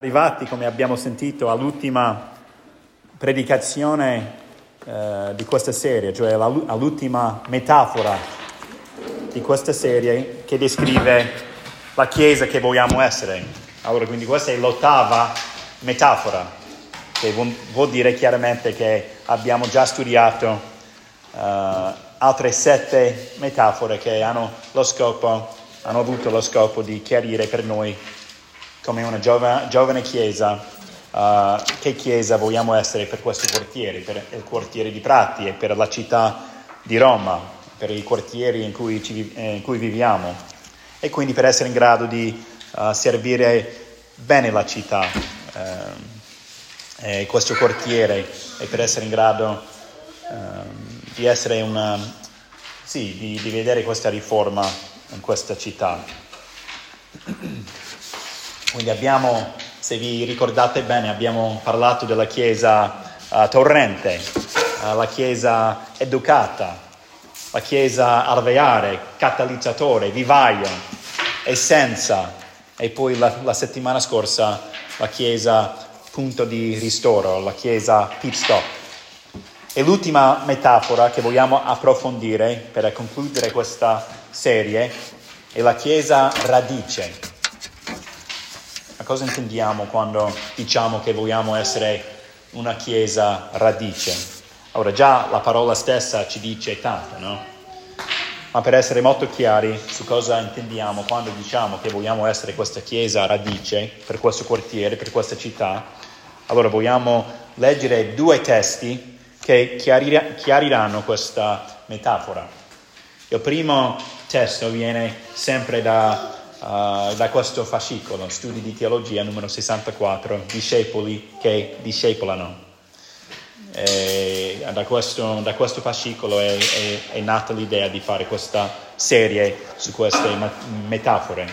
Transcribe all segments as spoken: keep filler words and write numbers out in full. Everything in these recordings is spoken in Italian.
Arrivati, come abbiamo sentito, all'ultima predicazione eh, di questa serie, cioè all'ultima metafora di questa serie che descrive la Chiesa che vogliamo essere. Allora, quindi questa è l'ottava metafora, che vuol dire chiaramente che abbiamo già studiato eh, altre sette metafore che hanno lo scopo, hanno avuto lo scopo di chiarire per noi come una giovane, giovane chiesa, uh, che chiesa vogliamo essere per questo quartiere, per il quartiere di Prati e per la città di Roma, per i quartieri in cui, ci, eh, in cui viviamo, e quindi per essere in grado di uh, servire bene la città, eh, e questo quartiere, e per essere in grado uh, di essere una, sì, di, di vedere questa riforma in questa città. Quindi abbiamo, se vi ricordate bene, abbiamo parlato della Chiesa uh, torrente, uh, la Chiesa educata, la Chiesa alveare, catalizzatore, vivaio, essenza, e poi la, la settimana scorsa la Chiesa punto di ristoro, la Chiesa pit stop. E l'ultima metafora che vogliamo approfondire per concludere questa serie è la Chiesa radice. Ma cosa intendiamo quando diciamo che vogliamo essere una chiesa radice? Ora, già la parola stessa ci dice tanto, no? Ma per essere molto chiari su cosa intendiamo quando diciamo che vogliamo essere questa chiesa radice per questo quartiere, per questa città, allora vogliamo leggere due testi che chiarira- chiariranno questa metafora. Il primo testo viene sempre da... Uh, da questo fascicolo, Studi di Teologia numero sessantaquattro, Discepoli che discepolano. E da, questo, da questo fascicolo è, è, è nata l'idea di fare questa serie su queste metafore.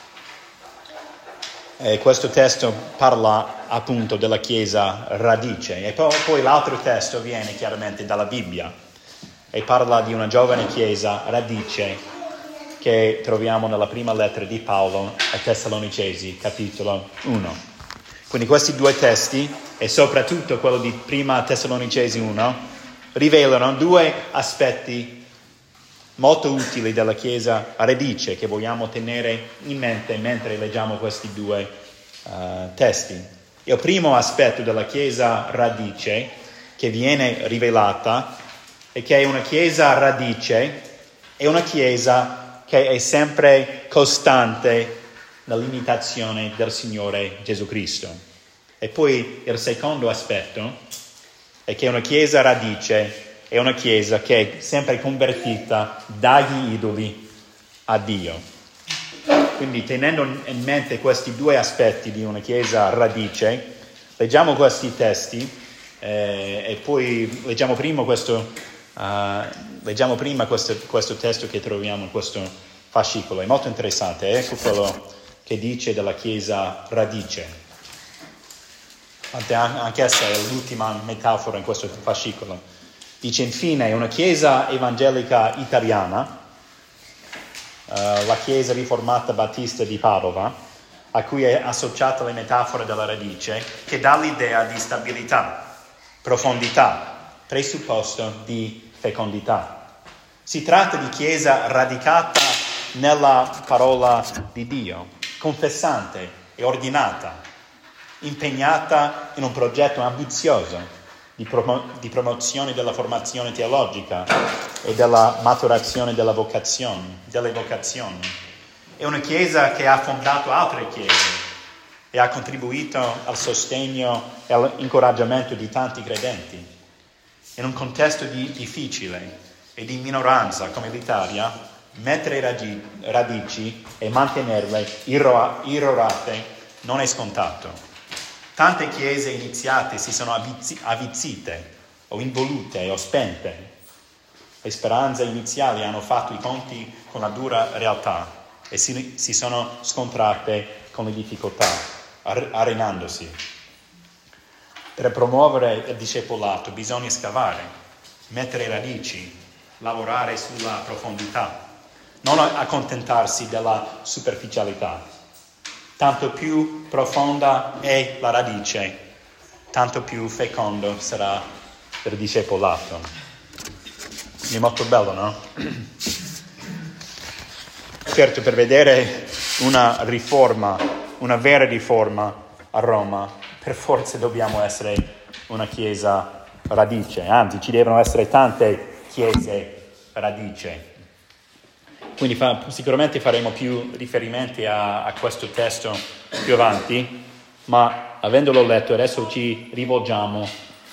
E questo testo parla appunto della Chiesa radice, e poi, poi l'altro testo viene chiaramente dalla Bibbia e parla di una giovane Chiesa radice che troviamo nella prima lettera di Paolo ai Tessalonicesi, capitolo uno. Quindi questi due testi, e soprattutto quello di prima Tessalonicesi uno, rivelano due aspetti molto utili della Chiesa radice che vogliamo tenere in mente mentre leggiamo questi due uh, testi. Il primo aspetto della Chiesa radice che viene rivelata è che è una Chiesa radice, è una Chiesa che è sempre costante nell'imitazione del Signore Gesù Cristo. E poi il secondo aspetto è che una Chiesa radice è una Chiesa che è sempre convertita dagli idoli a Dio. Quindi, tenendo in mente questi due aspetti di una Chiesa radice, leggiamo questi testi eh, e poi leggiamo prima questo Uh, leggiamo prima questo, questo testo che troviamo in questo fascicolo. È molto interessante. Ecco quello che dice della Chiesa radice. Anche essa è l'ultima metafora in questo fascicolo. Dice: infine, una Chiesa evangelica italiana, uh, la Chiesa riformata battista di Padova, a cui è associata la metafora della radice, che dà l'idea di stabilità, profondità, presupposto di fecondità. Si tratta di Chiesa radicata nella parola di Dio, confessante e ordinata, impegnata in un progetto ambizioso di, promo- di promozione della formazione teologica e della maturazione della vocazione, delle vocazioni. È una Chiesa che ha fondato altre Chiese e ha contribuito al sostegno e all'incoraggiamento di tanti credenti. In un contesto di difficile e di minoranza come l'Italia, mettere radi- radici e mantenerle irro- irrorate non è scontato. Tante chiese iniziate si sono avviz- avvizzite o involute o spente. Le speranze iniziali hanno fatto i conti con la dura realtà e si, si sono scontrate con le difficoltà, ar- arenandosi. Per promuovere il discepolato bisogna scavare, mettere radici, lavorare sulla profondità, non accontentarsi della superficialità. Tanto più profonda è la radice, tanto più fecondo sarà il discepolato. È molto bello, no? Certo, per vedere una riforma, una vera riforma a Roma, per forza dobbiamo essere una chiesa radice, anzi ci devono essere tante chiese radice. Quindi fa, sicuramente faremo più riferimenti a, a questo testo più avanti, ma avendolo letto adesso ci rivolgiamo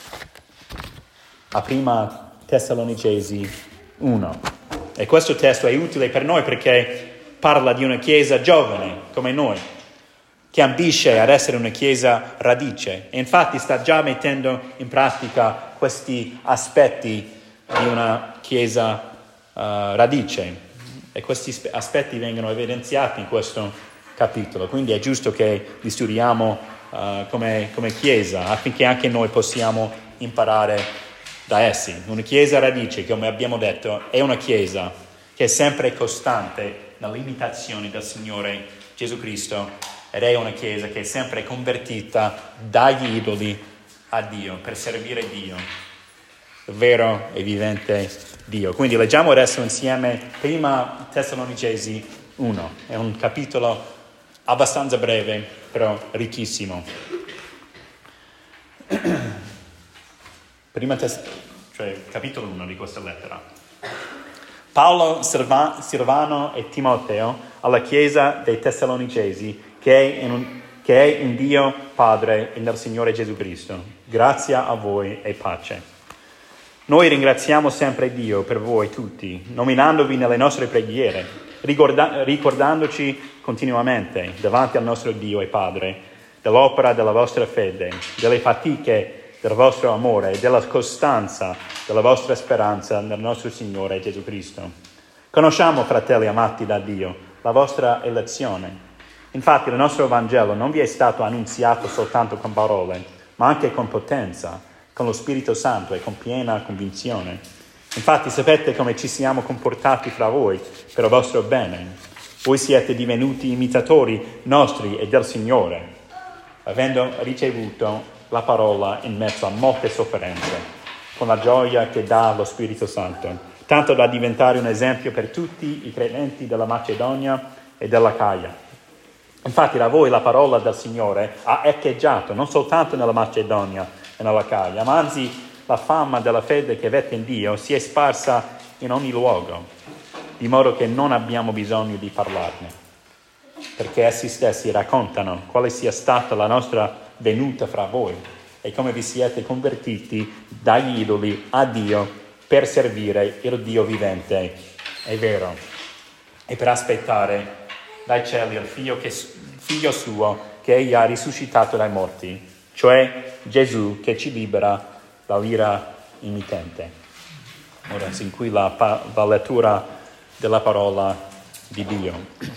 a prima Tessalonicesi uno. E questo testo è utile per noi perché parla di una chiesa giovane come noi, che ambisce ad essere una chiesa radice. E infatti sta già mettendo in pratica questi aspetti di una chiesa uh, radice. E questi aspetti vengono evidenziati in questo capitolo. Quindi è giusto che li studiamo uh, come, come chiesa, affinché anche noi possiamo imparare da essi. Una chiesa radice, come abbiamo detto, è una chiesa che è sempre costante nell'imitazione del Signore Gesù Cristo ed è una chiesa che è sempre convertita dagli idoli a Dio, per servire Dio, il vero e vivente Dio. Quindi leggiamo adesso insieme prima Tessalonicesi uno. È un capitolo abbastanza breve, però ricchissimo. Prima tes- cioè capitolo uno di questa lettera. Paolo, Silva- Silvano e Timoteo alla chiesa dei Tessalonicesi, che è, in un, che è in Dio Padre e nel Signore Gesù Cristo. Grazia a voi e pace. Noi ringraziamo sempre Dio per voi tutti, nominandovi nelle nostre preghiere, ricorda- ricordandoci continuamente davanti al nostro Dio e Padre dell'opera della vostra fede, delle fatiche del vostro amore e della costanza della vostra speranza nel nostro Signore Gesù Cristo. Conosciamo, fratelli amati da Dio, la vostra elezione. Infatti il nostro Vangelo non vi è stato annunziato soltanto con parole, ma anche con potenza, con lo Spirito Santo e con piena convinzione. Infatti sapete come ci siamo comportati fra voi per il vostro bene. Voi siete divenuti imitatori nostri e del Signore, avendo ricevuto la parola in mezzo a molte sofferenze, con la gioia che dà lo Spirito Santo, tanto da diventare un esempio per tutti i credenti della Macedonia e dell'Acaia. Infatti da voi la parola del Signore ha echeggiato non soltanto nella Macedonia e nell'Acaia, ma anzi la fama della fede che avete in Dio si è sparsa in ogni luogo, di modo che non abbiamo bisogno di parlarne, perché essi stessi raccontano quale sia stata la nostra venuta fra voi e come vi siete convertiti dagli idoli a Dio per servire il Dio vivente e vero e per aspettare dai cieli il figlio, che, figlio suo che egli ha risuscitato dai morti, cioè Gesù che ci libera dall'ira immitente. Ora sin qui la, la lettura della parola di Dio.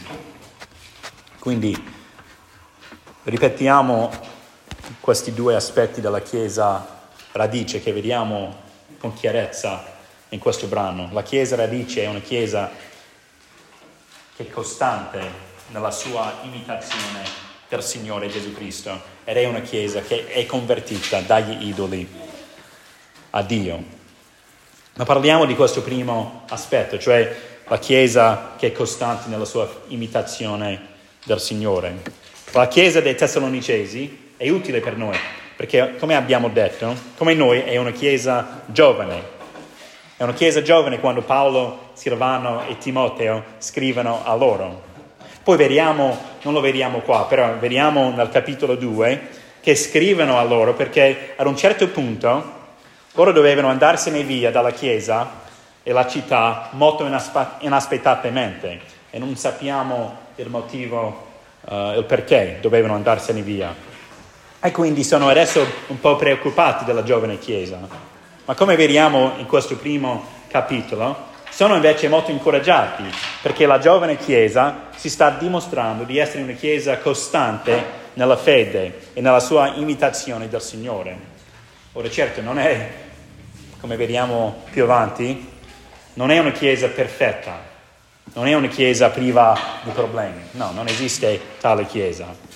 Quindi ripetiamo questi due aspetti della Chiesa radice che vediamo con chiarezza in questo brano. La Chiesa radice è una Chiesa che è costante nella sua imitazione del Signore Gesù Cristo ed è una Chiesa che è convertita dagli idoli a Dio. Ma parliamo di questo primo aspetto, cioè la Chiesa che è costante nella sua imitazione del Signore. La Chiesa dei Tessalonicesi è utile per noi, perché come abbiamo detto, come noi è una chiesa giovane. È una chiesa giovane quando Paolo, Silvano e Timoteo scrivono a loro. Poi vediamo, non lo vediamo qua, però vediamo nel capitolo due che scrivono a loro perché ad un certo punto loro dovevano andarsene via dalla chiesa e la città molto inaspe- inaspettatamente e non sappiamo il motivo, uh, il perché dovevano andarsene via. E quindi sono adesso un po' preoccupati della giovane chiesa. Ma come vediamo in questo primo capitolo, sono invece molto incoraggiati perché la giovane chiesa si sta dimostrando di essere una chiesa costante nella fede e nella sua imitazione del Signore. Ora certo non è, come vediamo più avanti, non è una chiesa perfetta, non è una chiesa priva di problemi. No, non esiste tale chiesa.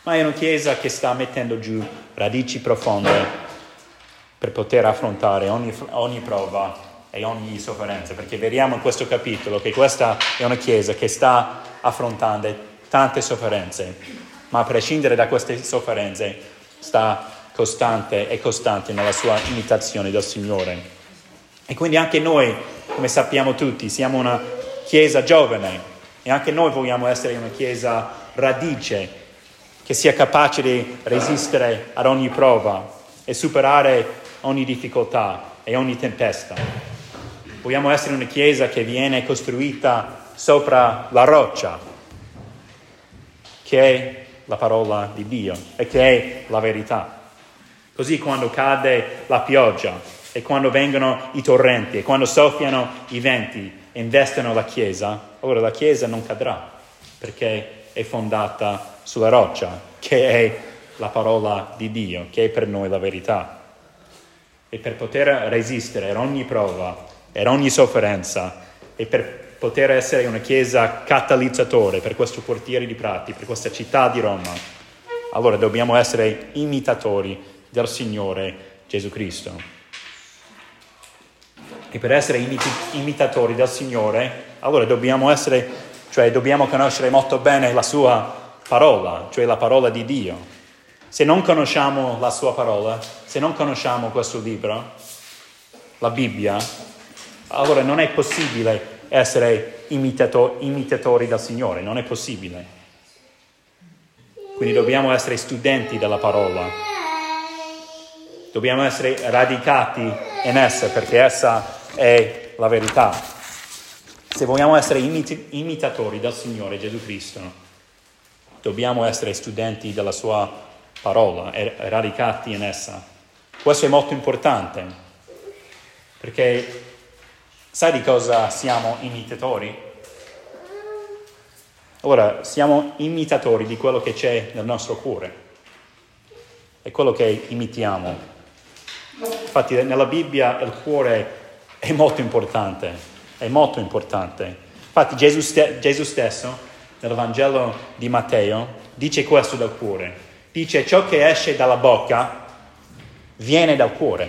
ma è una chiesa che sta mettendo giù radici profonde per poter affrontare ogni, ogni prova e ogni sofferenza, perché vediamo in questo capitolo che questa è una chiesa che sta affrontando tante sofferenze, ma a prescindere da queste sofferenze sta costante e costante nella sua imitazione del Signore. E quindi anche noi, come sappiamo tutti, siamo una chiesa giovane e anche noi vogliamo essere una chiesa radice che sia capace di resistere ad ogni prova e superare ogni difficoltà e ogni tempesta. Vogliamo essere una chiesa che viene costruita sopra la roccia, che è la parola di Dio e che è la verità. Così quando cade la pioggia e quando vengono i torrenti e quando soffiano i venti e investono la chiesa, allora la chiesa non cadrà perché è fondata sulla roccia, che è la parola di Dio, che è per noi la verità. E per poter resistere ad ogni prova, ad ogni sofferenza e per poter essere una chiesa catalizzatore per questo quartiere di Prati, per questa città di Roma, allora dobbiamo essere imitatori del Signore Gesù Cristo. E per essere imit- imitatori del Signore, allora dobbiamo essere, cioè dobbiamo conoscere molto bene la sua parola, cioè la parola di Dio. Se non conosciamo la sua parola, se non conosciamo questo libro, la Bibbia, allora non è possibile essere imitato- imitatori del Signore, non è possibile. Quindi dobbiamo essere studenti della parola, dobbiamo essere radicati in essa perché essa è la verità. Se vogliamo essere imit- imitatori del Signore Gesù Cristo, dobbiamo essere studenti della sua parola e radicati in essa. Questo è molto importante, perché sai di cosa siamo imitatori? Ora, siamo imitatori di quello che c'è nel nostro cuore, è quello che imitiamo. Infatti nella Bibbia il cuore è molto importante, è molto importante. Infatti Gesù, st- Gesù stesso, nel Vangelo di Matteo, dice questo del cuore. Dice: ciò che esce dalla bocca viene dal cuore.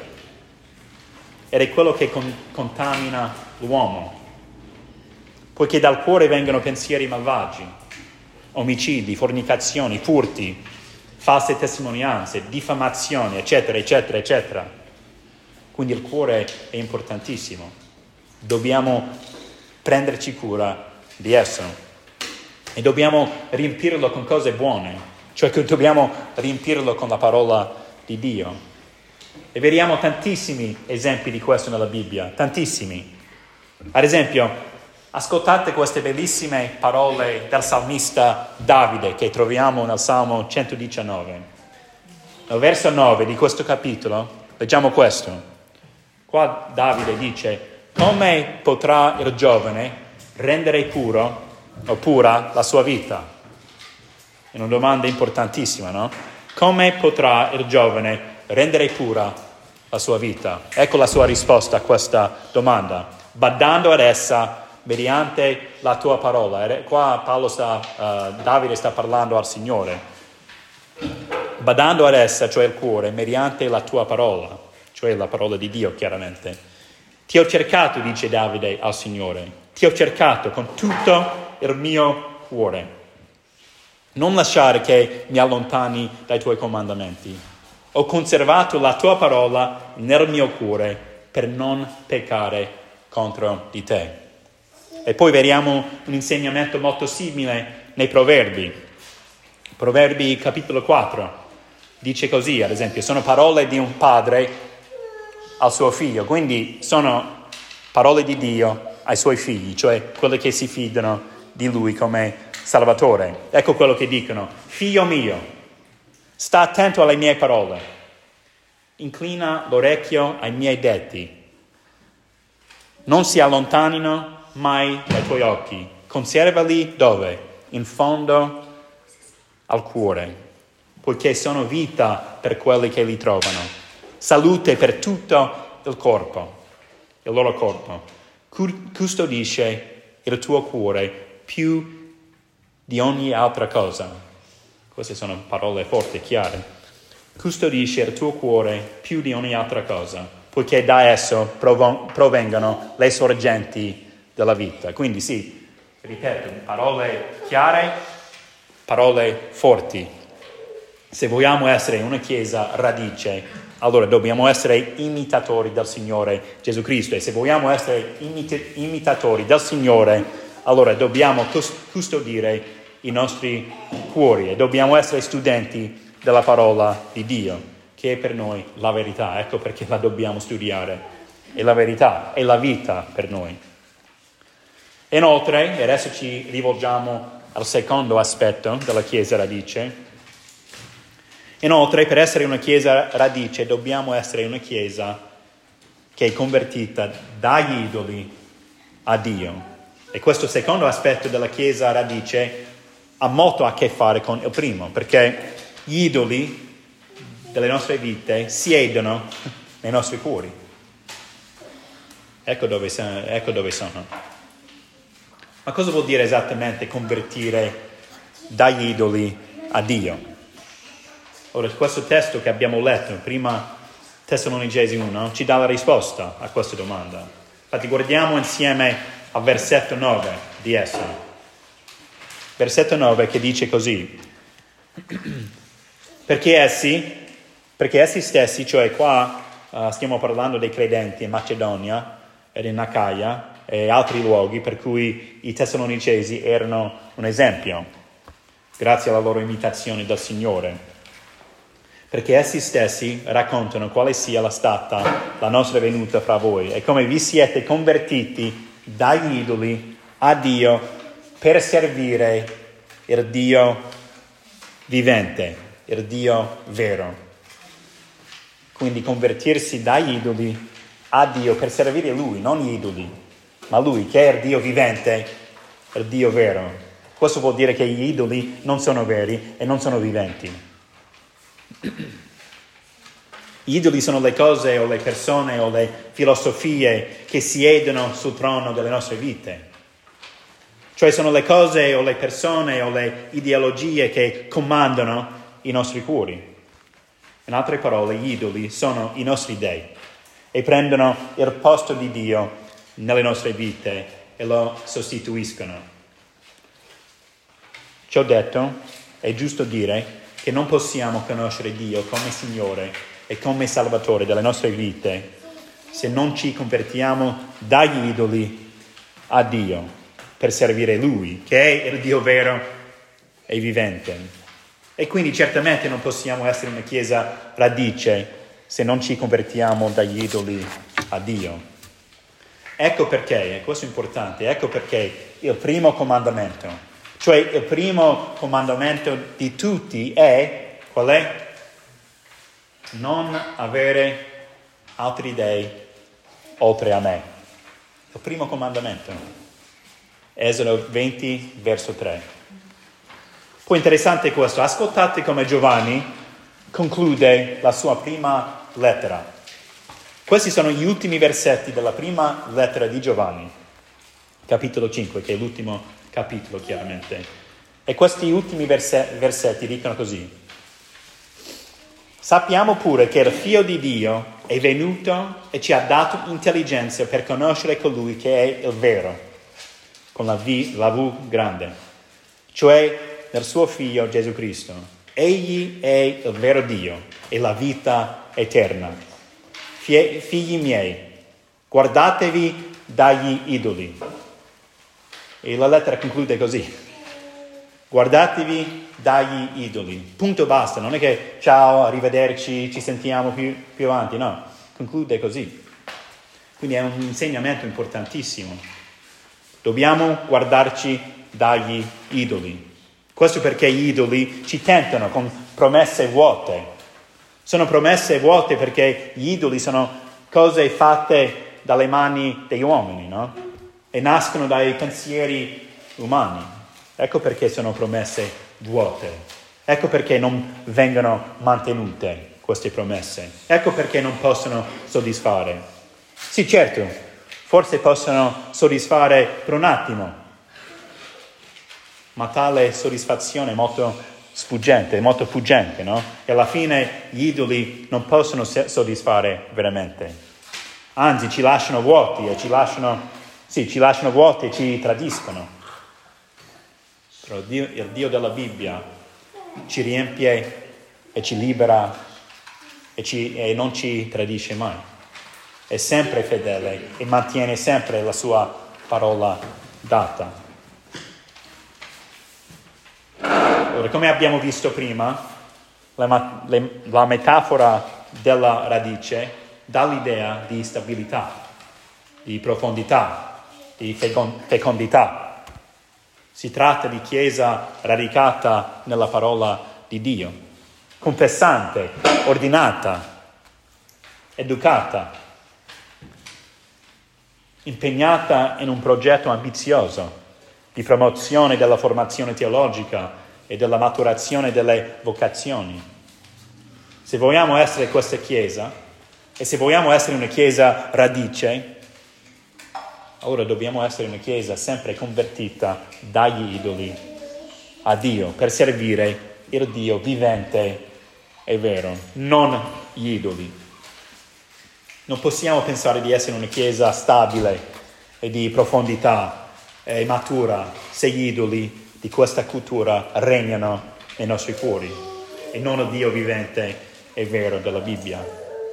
Ed è quello che con- contamina l'uomo. Poiché dal cuore vengono pensieri malvagi, omicidi, fornicazioni, furti, false testimonianze, diffamazioni, eccetera, eccetera, eccetera. Quindi il cuore è importantissimo. Dobbiamo prenderci cura di esso e dobbiamo riempirlo con cose buone, cioè che dobbiamo riempirlo con la parola di Dio. E vediamo tantissimi esempi di questo nella Bibbia, tantissimi. Ad esempio, ascoltate queste bellissime parole del salmista Davide che troviamo nel Salmo centodiciannove. Nel verso nove di questo capitolo leggiamo questo. Qua Davide dice: come potrà il giovane rendere puro o pura la sua vita? È una domanda importantissima, no? Come potrà il giovane rendere pura la sua vita? Ecco la sua risposta a questa domanda: badando ad essa mediante la tua parola. E qua Paolo sta, uh, Davide sta parlando al Signore. Badando ad essa, cioè il cuore, mediante la tua parola, cioè la parola di Dio, chiaramente. Ti ho cercato, dice Davide al Signore, ti ho cercato con tutto il mio cuore. Non lasciare che mi allontani dai tuoi comandamenti. Ho conservato la tua parola nel mio cuore per non peccare contro di te. E poi vediamo un insegnamento molto simile nei Proverbi. Proverbi capitolo quattro. Dice così, ad esempio, sono parole di un padre al suo figlio, quindi sono parole di Dio ai suoi figli, cioè quelli che si fidano di lui come Salvatore. Ecco quello che dicono: figlio mio, sta attento alle mie parole, inclina l'orecchio ai miei detti, non si allontanino mai dai tuoi occhi, conservali dove? In fondo al cuore, poiché sono vita per quelli che li trovano, salute per tutto il corpo, il loro corpo. Custodisce il tuo cuore più di ogni altra cosa, queste sono parole forti e chiare, custodisce il tuo cuore più di ogni altra cosa, poiché da esso provengono le sorgenti della vita. Quindi sì, ripeto, parole chiare, parole forti. Se vogliamo essere una chiesa radice, allora dobbiamo essere imitatori del Signore Gesù Cristo. E se vogliamo essere imit- imitatori del Signore, allora dobbiamo custodire i nostri cuori e dobbiamo essere studenti della parola di Dio, che è per noi la verità. Ecco perché la dobbiamo studiare. È la verità, è la vita per noi. Inoltre, e adesso ci rivolgiamo al secondo aspetto della chiesa radice. Inoltre, per essere una chiesa radice, dobbiamo essere una chiesa che è convertita dagli idoli a Dio. E questo secondo aspetto della chiesa radice ha molto a che fare con il primo, perché gli idoli delle nostre vite siedono nei nostri cuori. Ecco dove, ecco dove sono. Ma cosa vuol dire esattamente convertire dagli idoli a Dio? Ora, questo testo che abbiamo letto, prima Tessalonicesi uno, ci dà la risposta a questa domanda. Infatti guardiamo insieme al versetto nove di esso. Versetto nove che dice così. Perché essi, perché essi stessi, cioè qua uh, stiamo parlando dei credenti in Macedonia ed in Acaia e altri luoghi per cui i Tessalonicesi erano un esempio, grazie alla loro imitazione del Signore. Perché essi stessi raccontano quale sia la stata la nostra venuta fra voi e come vi siete convertiti dagli idoli a Dio per servire il Dio vivente, il Dio vero. Quindi convertirsi dagli idoli a Dio per servire Lui, non gli idoli, ma Lui che è il Dio vivente, il Dio vero. Questo vuol dire che gli idoli non sono veri e non sono viventi. Gli idoli sono le cose o le persone o le filosofie che siedono sul trono delle nostre vite. Cioè sono le cose o le persone o le ideologie che comandano i nostri cuori. In altre parole, gli idoli sono i nostri dei e prendono il posto di Dio nelle nostre vite e lo sostituiscono. Ciò detto, è giusto dire che non possiamo conoscere Dio come Signore e come Salvatore delle nostre vite se non ci convertiamo dagli idoli a Dio per servire Lui, che è il Dio vero e vivente. E quindi certamente non possiamo essere una chiesa radice se non ci convertiamo dagli idoli a Dio. Ecco perché, e questo è importante, ecco perché il primo comandamento, cioè il primo comandamento di tutti è, qual è? Non avere altri dei oltre a me. Il primo comandamento. Esodo venti, verso tre. Poi interessante questo, ascoltate come Giovanni conclude la sua prima lettera. Questi sono gli ultimi versetti della prima lettera di Giovanni, capitolo cinque, che è l'ultimo capitolo chiaramente. E questi ultimi verse- versetti dicono così. Sappiamo pure che il Figlio di Dio è venuto e ci ha dato intelligenza per conoscere colui che è il vero, con la V, la V grande, cioè nel suo Figlio Gesù Cristo. Egli è il vero Dio e la vita eterna. Fie, figli miei, guardatevi dagli idoli. E la lettera conclude così. Guardatevi dagli idoli. Punto, basta. Non è che ciao, arrivederci, ci sentiamo più, più avanti. No, conclude così. Quindi è un insegnamento importantissimo. Dobbiamo guardarci dagli idoli. Questo perché gli idoli ci tentano con promesse vuote. Sono promesse vuote perché gli idoli sono cose fatte dalle mani degli uomini, no? E nascono dai pensieri umani. Ecco perché sono promesse vuote. Ecco perché non vengono mantenute queste promesse. Ecco perché non possono soddisfare. Sì, certo, forse possono soddisfare per un attimo, ma tale soddisfazione è molto sfuggente, molto fuggente, no? E alla fine gli idoli non possono soddisfare veramente. Anzi, ci lasciano vuoti e ci lasciano, sì, ci lasciano vuoti e ci tradiscono. Però Dio, il Dio della Bibbia ci riempie e ci libera e, ci, e non ci tradisce mai. È sempre fedele e mantiene sempre la sua parola data. Allora, come abbiamo visto prima, la, le, la metafora della radice dà l'idea di stabilità, di profondità, di fecondità. Si tratta di chiesa radicata nella parola di Dio, confessante, ordinata, educata, impegnata in un progetto ambizioso di promozione della formazione teologica e della maturazione delle vocazioni. Se vogliamo essere questa chiesa, e se vogliamo essere una chiesa radice, allora dobbiamo essere una chiesa sempre convertita dagli idoli a Dio, per servire il Dio vivente e vero, non gli idoli. Non possiamo pensare di essere una chiesa stabile e di profondità e matura se gli idoli di questa cultura regnano nei nostri cuori e non il Dio vivente e vero della Bibbia.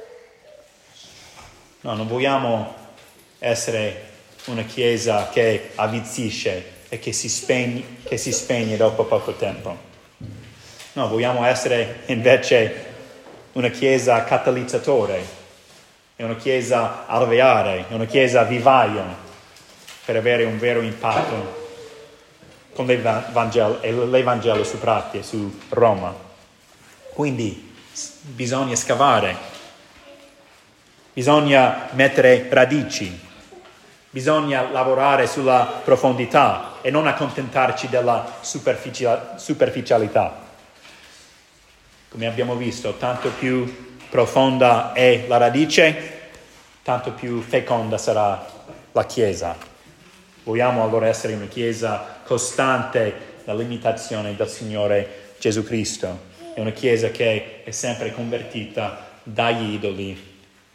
No, non vogliamo essere una chiesa che avvizzisce e che si spegne, che si spegne dopo poco tempo. No, vogliamo essere invece una chiesa catalizzatore, una chiesa alveare, una chiesa vivaio per avere un vero impatto con l'Evangelo, l'Evangelo su Prati e su Roma. Quindi bisogna scavare, bisogna mettere radici, bisogna lavorare sulla profondità e non accontentarci della superficialità. Come abbiamo visto, tanto più profonda è la radice, tanto più feconda sarà la Chiesa. Vogliamo allora essere una Chiesa costante nell'imitazione del Signore Gesù Cristo. È una Chiesa che è sempre convertita dagli idoli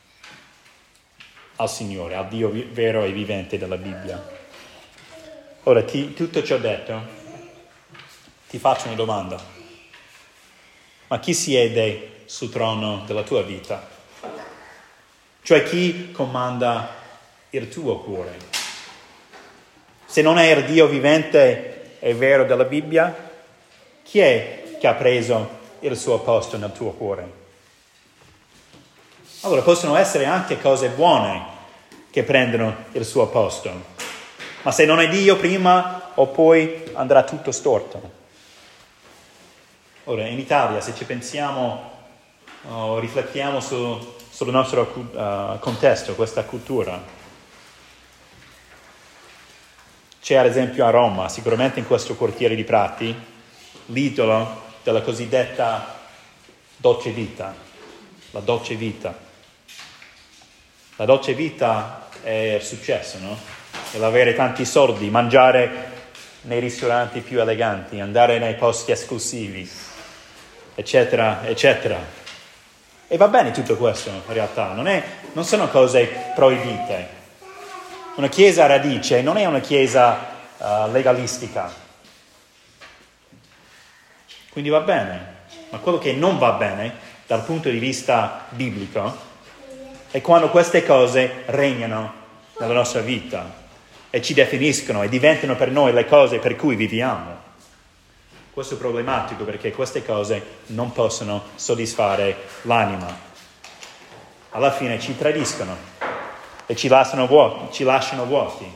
al Signore, al Dio vero e vivente della Bibbia. Ora, ti, tutto ciò detto, ti faccio una domanda. Ma chi siede sul trono della tua vita? Cioè chi comanda il tuo cuore? Se non è il Dio vivente e vero della Bibbia, chi è che ha preso il suo posto nel tuo cuore? Allora possono essere anche cose buone che prendono il suo posto, ma se non è Dio prima o poi andrà tutto storto. Ora in Italia, se ci pensiamo o riflettiamo su, sul nostro uh, contesto, questa cultura, c'è ad esempio a Roma, sicuramente in questo quartiere di Prati, l'idolo della cosiddetta dolce vita, la dolce vita. La dolce vita è il successo, no? È l'avere tanti soldi, mangiare nei ristoranti più eleganti, andare nei posti esclusivi, eccetera, eccetera. E va bene tutto questo in realtà, non, è, non sono cose proibite. Una chiesa a radice non è una chiesa uh, legalistica. Quindi va bene, ma quello che non va bene dal punto di vista biblico è quando queste cose regnano nella nostra vita e ci definiscono e diventano per noi le cose per cui viviamo. Questo è problematico perché queste cose non possono soddisfare l'anima. Alla fine ci tradiscono e ci lasciano vuoti. Ci lasciano vuoti.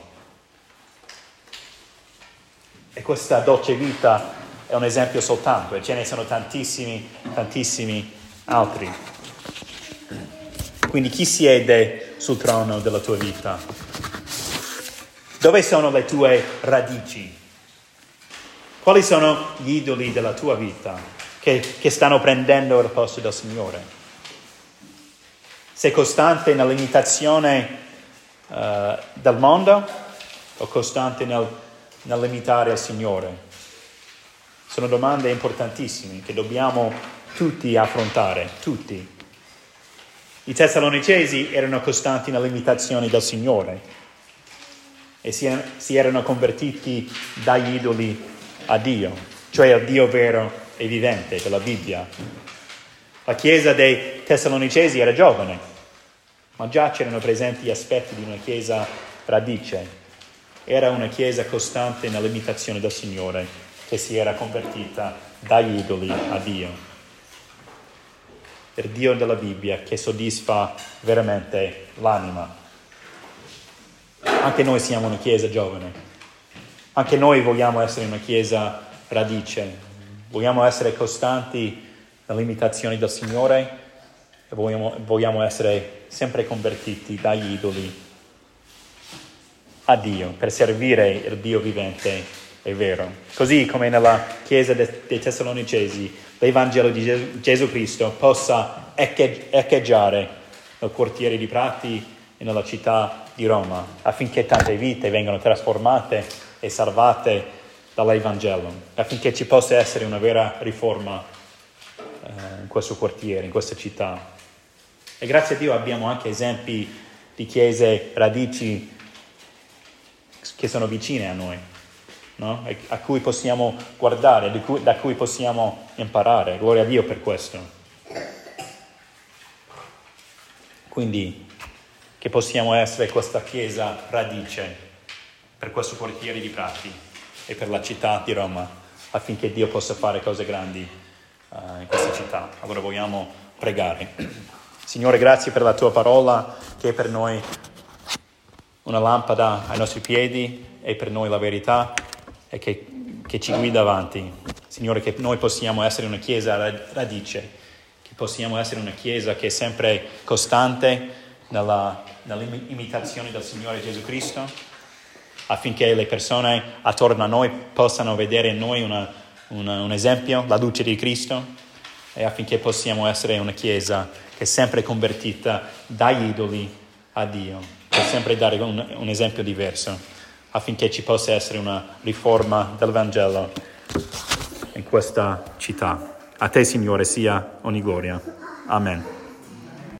E questa dolce vita è un esempio soltanto, e ce ne sono tantissimi, tantissimi altri. Quindi chi siede sul trono della tua vita? Dove sono le tue radici? Quali sono gli idoli della tua vita che, che stanno prendendo il posto del Signore? Sei costante nell'imitazione uh, del mondo o costante nel, nell'imitare il Signore? Sono domande importantissime che dobbiamo tutti affrontare, tutti. I Tessalonicesi erano costanti nelle imitazioni del Signore e si, si erano convertiti dagli idoli a Dio, cioè al Dio vero e vivente della Bibbia. La chiesa dei Tessalonicesi era giovane, ma già c'erano presenti aspetti di una chiesa radice. Era una chiesa costante nell'imitazione del Signore, che si era convertita dagli idoli a Dio. Il Dio della Bibbia che soddisfa veramente l'anima. Anche noi siamo una chiesa giovane. Anche noi vogliamo essere una chiesa radice. Vogliamo essere costanti nell'imitazione del Signore e vogliamo, vogliamo essere sempre convertiti dagli idoli a Dio, per servire il Dio vivente e vero. Così come nella chiesa de- dei Tessalonicesi, l'Evangelo di Gesù, Gesù Cristo possa ecche- echeggiare nel quartiere di Prati e nella città di Roma, affinché tante vite vengano trasformate e salvate dall'Evangelo, affinché ci possa essere una vera riforma eh, in questo quartiere, in questa città. E grazie a Dio abbiamo anche esempi di chiese radici che sono vicine a noi, no? A cui possiamo guardare, da cui, da cui possiamo imparare. Gloria a Dio per questo. Quindi, che possiamo essere questa chiesa radice per questo quartiere di Prati e per la città di Roma, affinché Dio possa fare cose grandi uh, in questa città. Allora vogliamo pregare. Signore, grazie per la tua parola, che è per noi una lampada ai nostri piedi e per noi la verità e che, che ci guida avanti. Signore, che noi possiamo essere una chiesa radice, che possiamo essere una chiesa che è sempre costante nella, nell'imitazione del Signore Gesù Cristo, affinché le persone attorno a noi possano vedere in noi una, una, un esempio, la luce di Cristo, e affinché possiamo essere una chiesa che è sempre convertita dagli idoli a Dio, per sempre dare un, un esempio diverso, affinché ci possa essere una riforma del Vangelo in questa città. A te, Signore, sia ogni gloria. Amen.